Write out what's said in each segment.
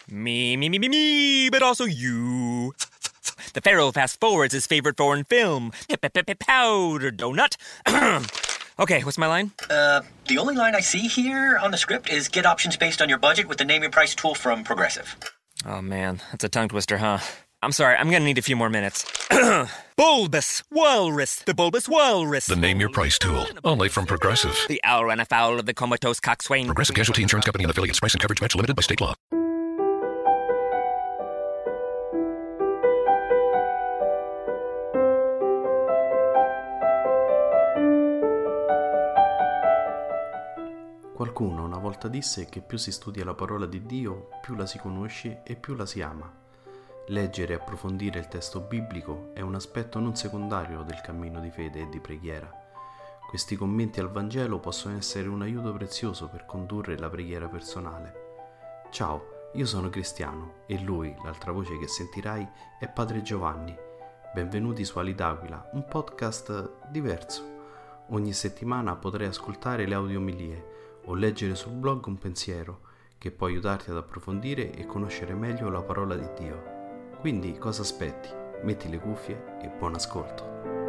Me, but also you. The Pharaoh fast forwards his favorite foreign film, Powder Donut. Okay, what's my line? The only line I see here on the script is get options based on your budget with the Name Your Price tool from Progressive. Oh man, that's a tongue twister, huh? I'm sorry, I'm gonna need a few more minutes. Bulbous Walrus, the Bulbous Walrus. The Name Your Price tool, only from Progressive. The owl ran afoul of the comatose coxswain. Progressive Casualty Insurance Company and affiliates. Price and coverage match limited by state law. Qualcuno una volta disse che più si studia la parola di Dio, più la si conosce e più la si ama. Leggere e approfondire il testo biblico è un aspetto non secondario del cammino di fede e di preghiera. Questi commenti al Vangelo possono essere un aiuto prezioso per condurre la preghiera personale. Ciao, io sono Cristiano e lui, l'altra voce che sentirai, è Padre Giovanni. Benvenuti su Ali d'Aquila, un podcast diverso. Ogni settimana potrai ascoltare le audiomilie o leggere sul blog un pensiero che può aiutarti ad approfondire e conoscere meglio la parola di Dio. Quindi cosa aspetti? Metti le cuffie e buon ascolto.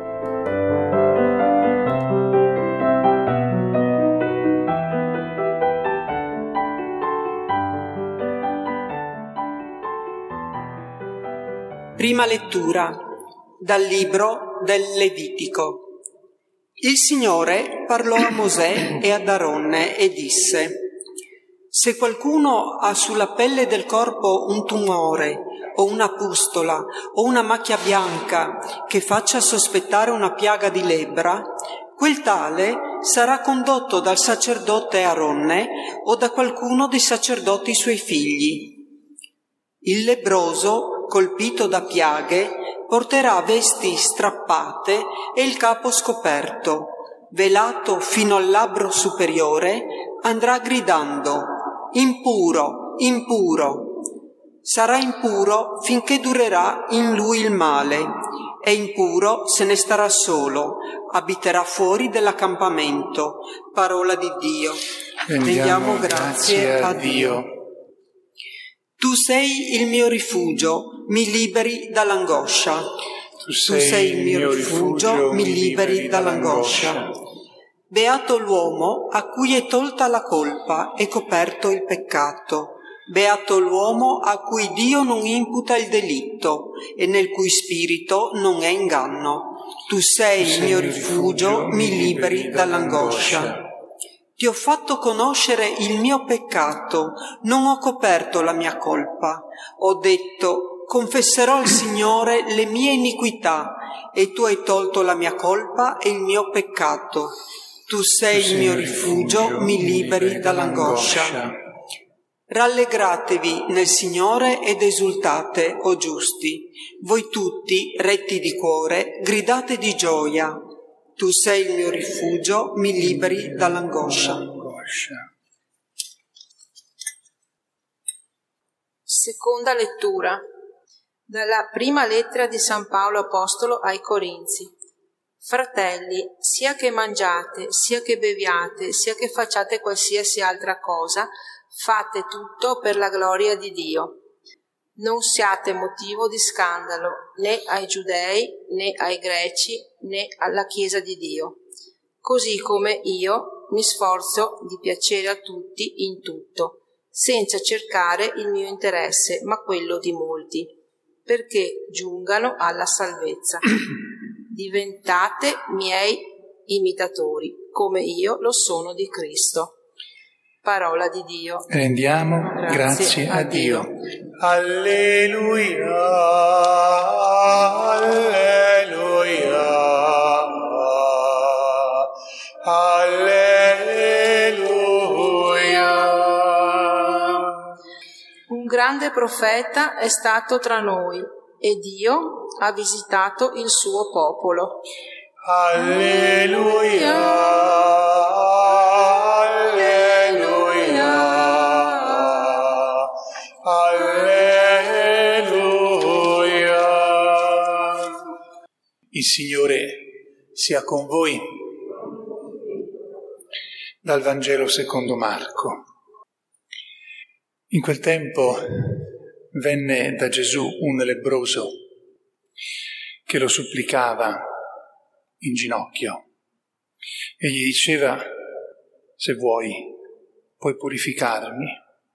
Prima lettura dal libro del Levitico. Il Signore parlò a Mosè e ad Aronne e disse: se qualcuno ha sulla pelle del corpo un tumore o una pustola o una macchia bianca che faccia sospettare una piaga di lebbra, quel tale sarà condotto dal sacerdote Aronne o da qualcuno dei sacerdoti suoi figli. Il lebbroso, colpito da piaghe, porterà vesti strappate e il capo scoperto, velato fino al labbro superiore, andrà gridando: impuro, impuro. Sarà impuro finché durerà in lui il male, e impuro se ne starà solo, abiterà fuori dell'accampamento. Parola di Dio. Rendiamo grazie a Dio. Tu sei il mio rifugio, mi liberi dall'angoscia. Tu sei il mio rifugio, mi liberi dall'angoscia. Beato l'uomo a cui è tolta la colpa e coperto il peccato. Beato l'uomo a cui Dio non imputa il delitto e nel cui spirito non è inganno. Tu sei il mio rifugio, mi liberi dall'angoscia. Ti ho fatto conoscere il mio peccato, non ho coperto la mia colpa. Ho detto: confesserò al Signore le mie iniquità, e tu hai tolto la mia colpa e il mio peccato. Tu sei il mio rifugio, mi liberi dall'angoscia. Rallegratevi nel Signore ed esultate, o giusti. Voi tutti, retti di cuore, gridate di gioia. Tu sei il mio rifugio, mi liberi dall'angoscia. Seconda lettura dalla prima lettera di San Paolo Apostolo ai Corinzi. Fratelli, sia che mangiate, sia che beviate, sia che facciate qualsiasi altra cosa, fate tutto per la gloria di Dio. Non siate motivo di scandalo né ai giudei, né ai greci, né alla Chiesa di Dio, così come io mi sforzo di piacere a tutti in tutto, senza cercare il mio interesse, ma quello di molti, perché giungano alla salvezza. Diventate miei imitatori, come io lo sono di Cristo. Parola di Dio. Rendiamo grazie a Dio. Alleluia, alleluia, alleluia. Un grande profeta è stato tra noi e Dio ha visitato il suo popolo. Alleluia. Il Signore sia con voi. Dal Vangelo secondo Marco. In quel tempo venne da Gesù un lebbroso che lo supplicava in ginocchio e gli diceva: se vuoi, puoi purificarmi.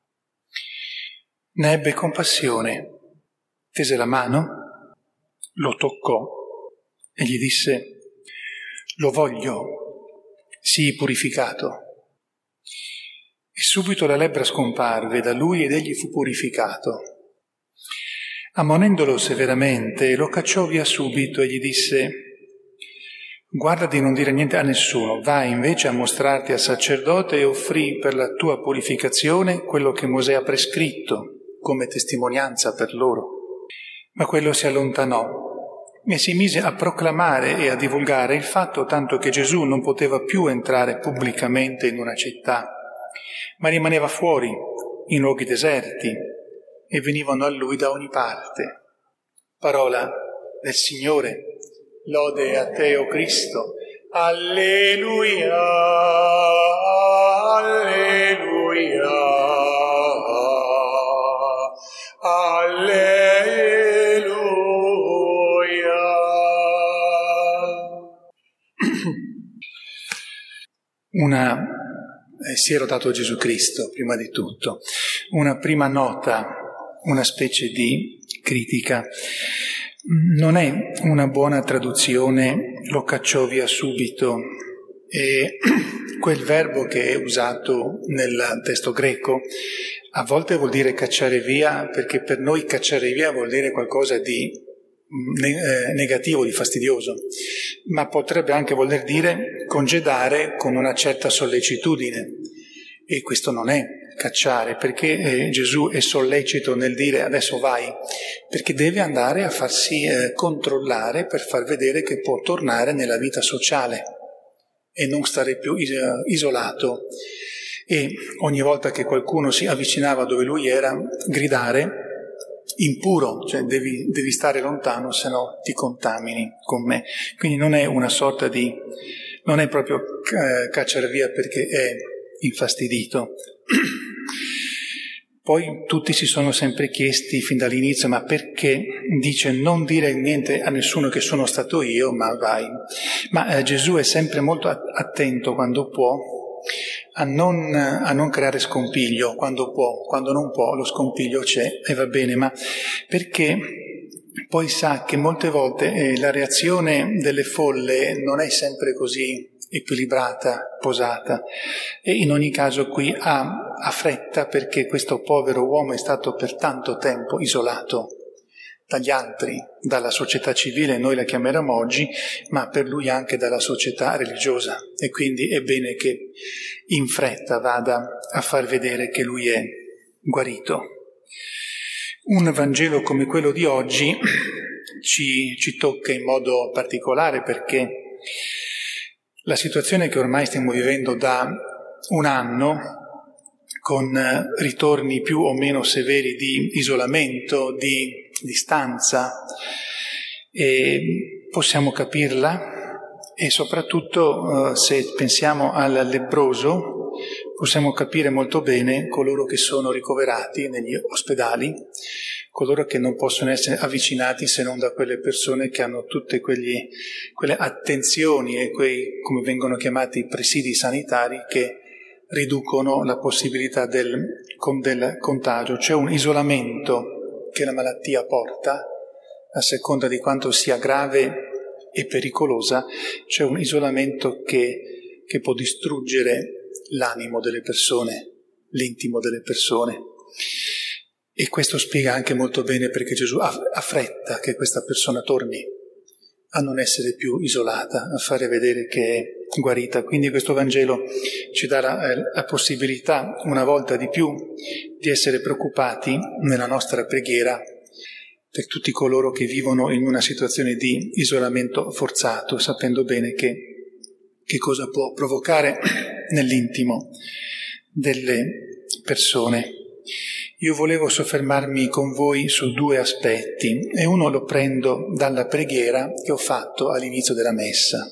Ne ebbe compassione, tese la mano, lo toccò e gli disse: lo voglio, sii purificato. E subito la lebbra scomparve da lui ed egli fu purificato. Ammonendolo severamente, lo cacciò via subito e gli disse: guarda di non dire niente a nessuno, vai invece a mostrarti al sacerdote e offrì per la tua purificazione quello che Mosè ha prescritto come testimonianza per loro. Ma quello si allontanò e si mise a proclamare e a divulgare il fatto, tanto che Gesù non poteva più entrare pubblicamente in una città, ma rimaneva fuori, in luoghi deserti, e venivano a lui da ogni parte. Parola del Signore. Lode a te, o Cristo. Alleluia, alleluia, alleluia. Si è rodato Gesù Cristo, prima di tutto. Una prima nota, una specie di critica. Non è una buona traduzione, lo cacciò via subito, e quel verbo che è usato nel testo greco a volte vuol dire cacciare via, perché per noi cacciare via vuol dire qualcosa di negativo, di fastidioso, ma potrebbe anche voler dire congedare con una certa sollecitudine, e questo non è cacciare, perché Gesù è sollecito nel dire adesso vai, perché deve andare a farsi controllare per far vedere che può tornare nella vita sociale e non stare più isolato. E ogni volta che qualcuno si avvicinava dove lui era, gridare: impuro, cioè devi stare lontano, se no ti contamini con me. Quindi non è una sorta di, non è proprio cacciare via perché è infastidito. Poi tutti si sono sempre chiesti fin dall'inizio: ma perché dice non dire niente a nessuno che sono stato io, ma vai. Ma Gesù è sempre molto attento, quando può, a non creare scompiglio, quando può. Quando non può, lo scompiglio c'è e va bene, ma perché poi sa che molte volte la reazione delle folle non è sempre così equilibrata, posata, e in ogni caso qui ha fretta, perché questo povero uomo è stato per tanto tempo isolato dagli altri, dalla società civile, noi la chiameremo oggi, ma per lui anche dalla società religiosa, e quindi è bene che in fretta vada a far vedere che lui è guarito. Un Vangelo come quello di oggi ci tocca in modo particolare, perché la situazione che ormai stiamo vivendo da un anno, con ritorni più o meno severi di isolamento, di distanza, possiamo capirla, e soprattutto se pensiamo al lebbroso possiamo capire molto bene coloro che sono ricoverati negli ospedali, coloro che non possono essere avvicinati se non da quelle persone che hanno tutte quelle attenzioni e quei, come vengono chiamati, presidi sanitari, che riducono la possibilità del contagio. C'è un isolamento che la malattia porta, a seconda di quanto sia grave e pericolosa, c'è un isolamento che può distruggere l'animo delle persone, l'intimo delle persone. E questo spiega anche molto bene perché Gesù ha fretta che questa persona torni a non essere più isolata, a fare vedere che è guarita. Quindi questo Vangelo ci dà la possibilità, una volta di più, di essere preoccupati nella nostra preghiera per tutti coloro che vivono in una situazione di isolamento forzato, sapendo bene che cosa può provocare nell'intimo delle persone. Io volevo soffermarmi con voi su due aspetti, e uno lo prendo dalla preghiera che ho fatto all'inizio della messa.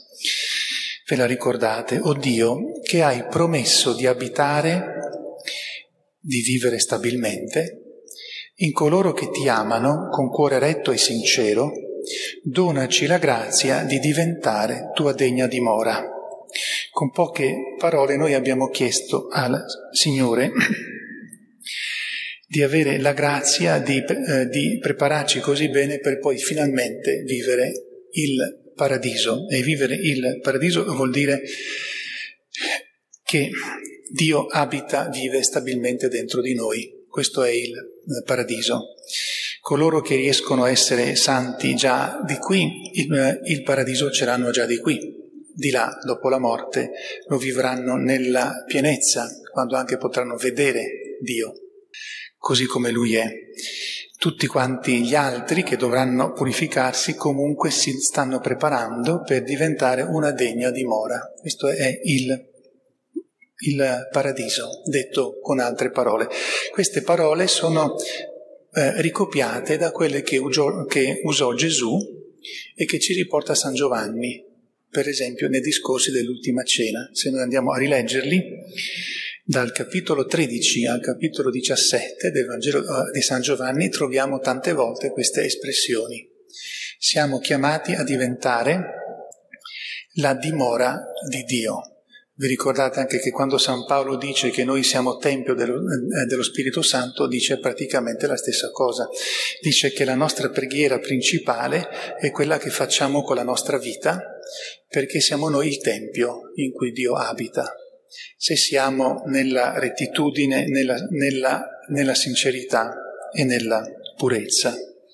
Ve la ricordate? O Dio, che hai promesso di abitare di vivere stabilmente, in coloro che ti amano con cuore retto e sincero, donaci la grazia di diventare tua degna dimora. Con poche parole noi abbiamo chiesto al Signore di avere la grazia di prepararci così bene per poi finalmente vivere il paradiso. E vivere il paradiso vuol dire che Dio abita, vive stabilmente dentro di noi. Questo è il paradiso. Coloro che riescono a essere santi già di qui, il paradiso ce l'hanno già di qui. Di là, dopo la morte, lo vivranno nella pienezza, quando anche potranno vedere Dio, così come Lui è. Tutti quanti gli altri che dovranno purificarsi comunque si stanno preparando per diventare una degna dimora. Questo è il paradiso, detto con altre parole. Queste parole sono ricopiate da quelle che usò Gesù e che ci riporta San Giovanni, per esempio nei discorsi dell'ultima cena. Se noi andiamo a rileggerli, dal capitolo 13 al capitolo 17 del Vangelo di San Giovanni troviamo tante volte queste espressioni. Siamo chiamati a diventare la dimora di Dio. Vi ricordate anche che quando San Paolo dice che noi siamo tempio dello Spirito Santo, dice praticamente la stessa cosa. Dice che la nostra preghiera principale è quella che facciamo con la nostra vita, perché siamo noi il tempio in cui Dio abita. Se siamo nella rettitudine, nella sincerità e nella purezza.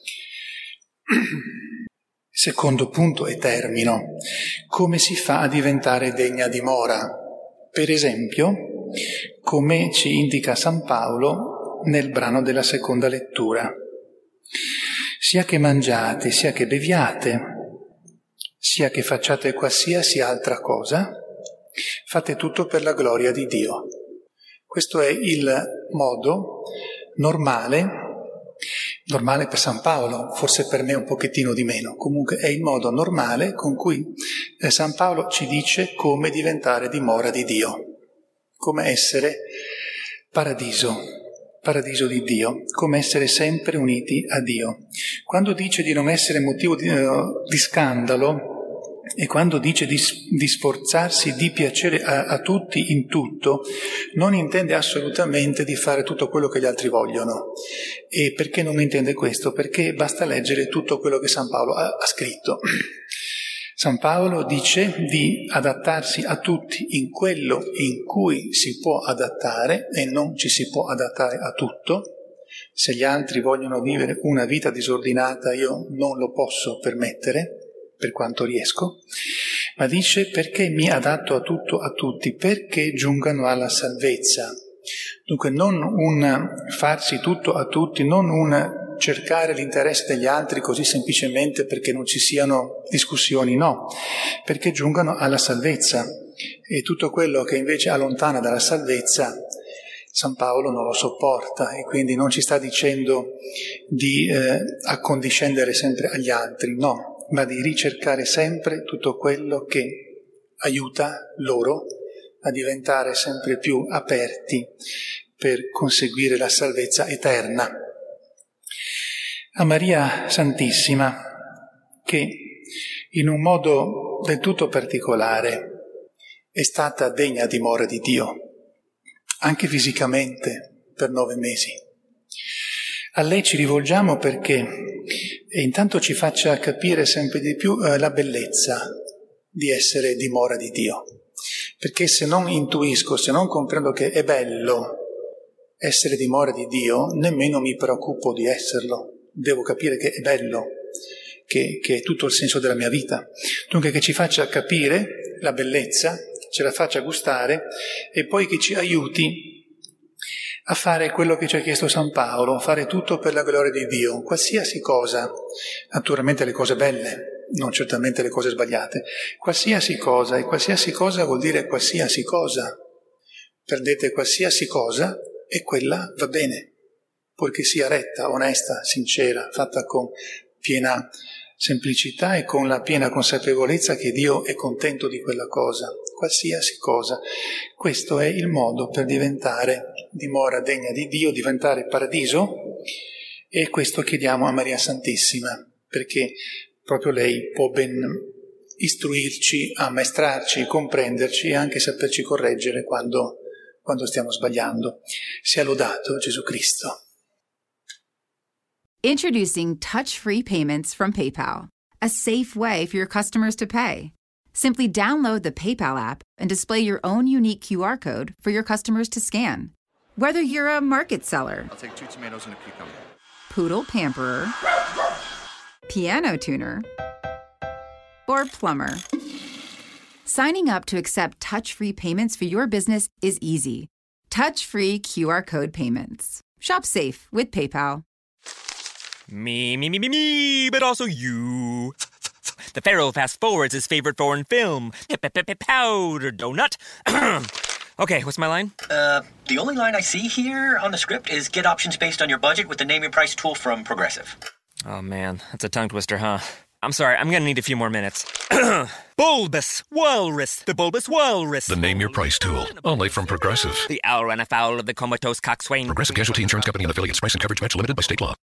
Secondo punto e termino. Come si fa a diventare degna dimora? Per esempio, come ci indica San Paolo nel brano della seconda lettura. Sia che mangiate, sia che beviate, sia che facciate qualsiasi altra cosa, fate tutto per la gloria di Dio. Questo è il modo normale per San Paolo, forse per me un pochettino di meno, comunque è il modo normale con cui San Paolo ci dice come diventare dimora di Dio, come essere paradiso di Dio, come essere sempre uniti a Dio. Quando dice di non essere motivo di scandalo, e quando dice di sforzarsi di piacere a tutti in tutto, non intende assolutamente di fare tutto quello che gli altri vogliono. E perché non intende questo? Perché basta leggere tutto quello che San Paolo ha scritto. San Paolo dice di adattarsi a tutti in quello in cui si può adattare e non ci si può adattare a tutto. Se gli altri vogliono vivere una vita disordinata, io non lo posso permettere, per quanto riesco, ma dice perché mi adatto a tutto, a tutti, perché giungano alla salvezza. Dunque non un farsi tutto a tutti, non un cercare l'interesse degli altri così semplicemente perché non ci siano discussioni, no, perché giungano alla salvezza. E tutto quello che invece allontana dalla salvezza, San Paolo non lo sopporta e quindi non ci sta dicendo di accondiscendere sempre agli altri, no, ma di ricercare sempre tutto quello che aiuta loro a diventare sempre più aperti per conseguire la salvezza eterna. A Maria Santissima, che in un modo del tutto particolare è stata degna dimora di Dio, anche fisicamente, per 9 mesi. A lei ci rivolgiamo perché intanto ci faccia capire sempre di più la bellezza di essere dimora di Dio. Perché se non intuisco, se non comprendo che è bello essere dimora di Dio, nemmeno mi preoccupo di esserlo. Devo capire che è bello, che è tutto il senso della mia vita. Dunque che ci faccia capire la bellezza, ce la faccia gustare e poi che ci aiuti a fare quello che ci ha chiesto San Paolo, fare tutto per la gloria di Dio, qualsiasi cosa, naturalmente le cose belle, non certamente le cose sbagliate, qualsiasi cosa, e qualsiasi cosa vuol dire qualsiasi cosa. Prendete qualsiasi cosa e quella va bene, purché sia retta, onesta, sincera, fatta con piena semplicità e con la piena consapevolezza che Dio è contento di quella cosa, qualsiasi cosa. Questo è il modo per diventare dimora degna di Dio, diventare paradiso, e questo chiediamo a Maria Santissima, perché proprio lei può ben istruirci, ammaestrarci, comprenderci e anche saperci correggere quando stiamo sbagliando. Sia lodato Gesù Cristo. Introducing touch-free payments from PayPal, a safe way for your customers to pay. Simply download the PayPal app and display your own unique QR code for your customers to scan. Whether you're a market seller, I'll take 2 tomatoes and a cucumber, poodle pamperer, piano tuner, or plumber, signing up to accept touch-free payments for your business is easy. Touch-free QR code payments. Shop safe with PayPal. Me, but also you. The Pharaoh fast forwards his favorite foreign film, Powder Donut. Okay, what's my line? The only line I see here on the script is get options based on your budget with the Name Your Price tool from Progressive. Oh man, that's a tongue twister, huh? I'm sorry, I'm gonna need a few more minutes. Bulbous Walrus, the Bulbous Walrus. The Name Your Price tool, only from Progressive. The owl ran afoul of the comatose coxswain. Progressive Casualty Insurance Company and affiliates. Price and coverage match limited by state law.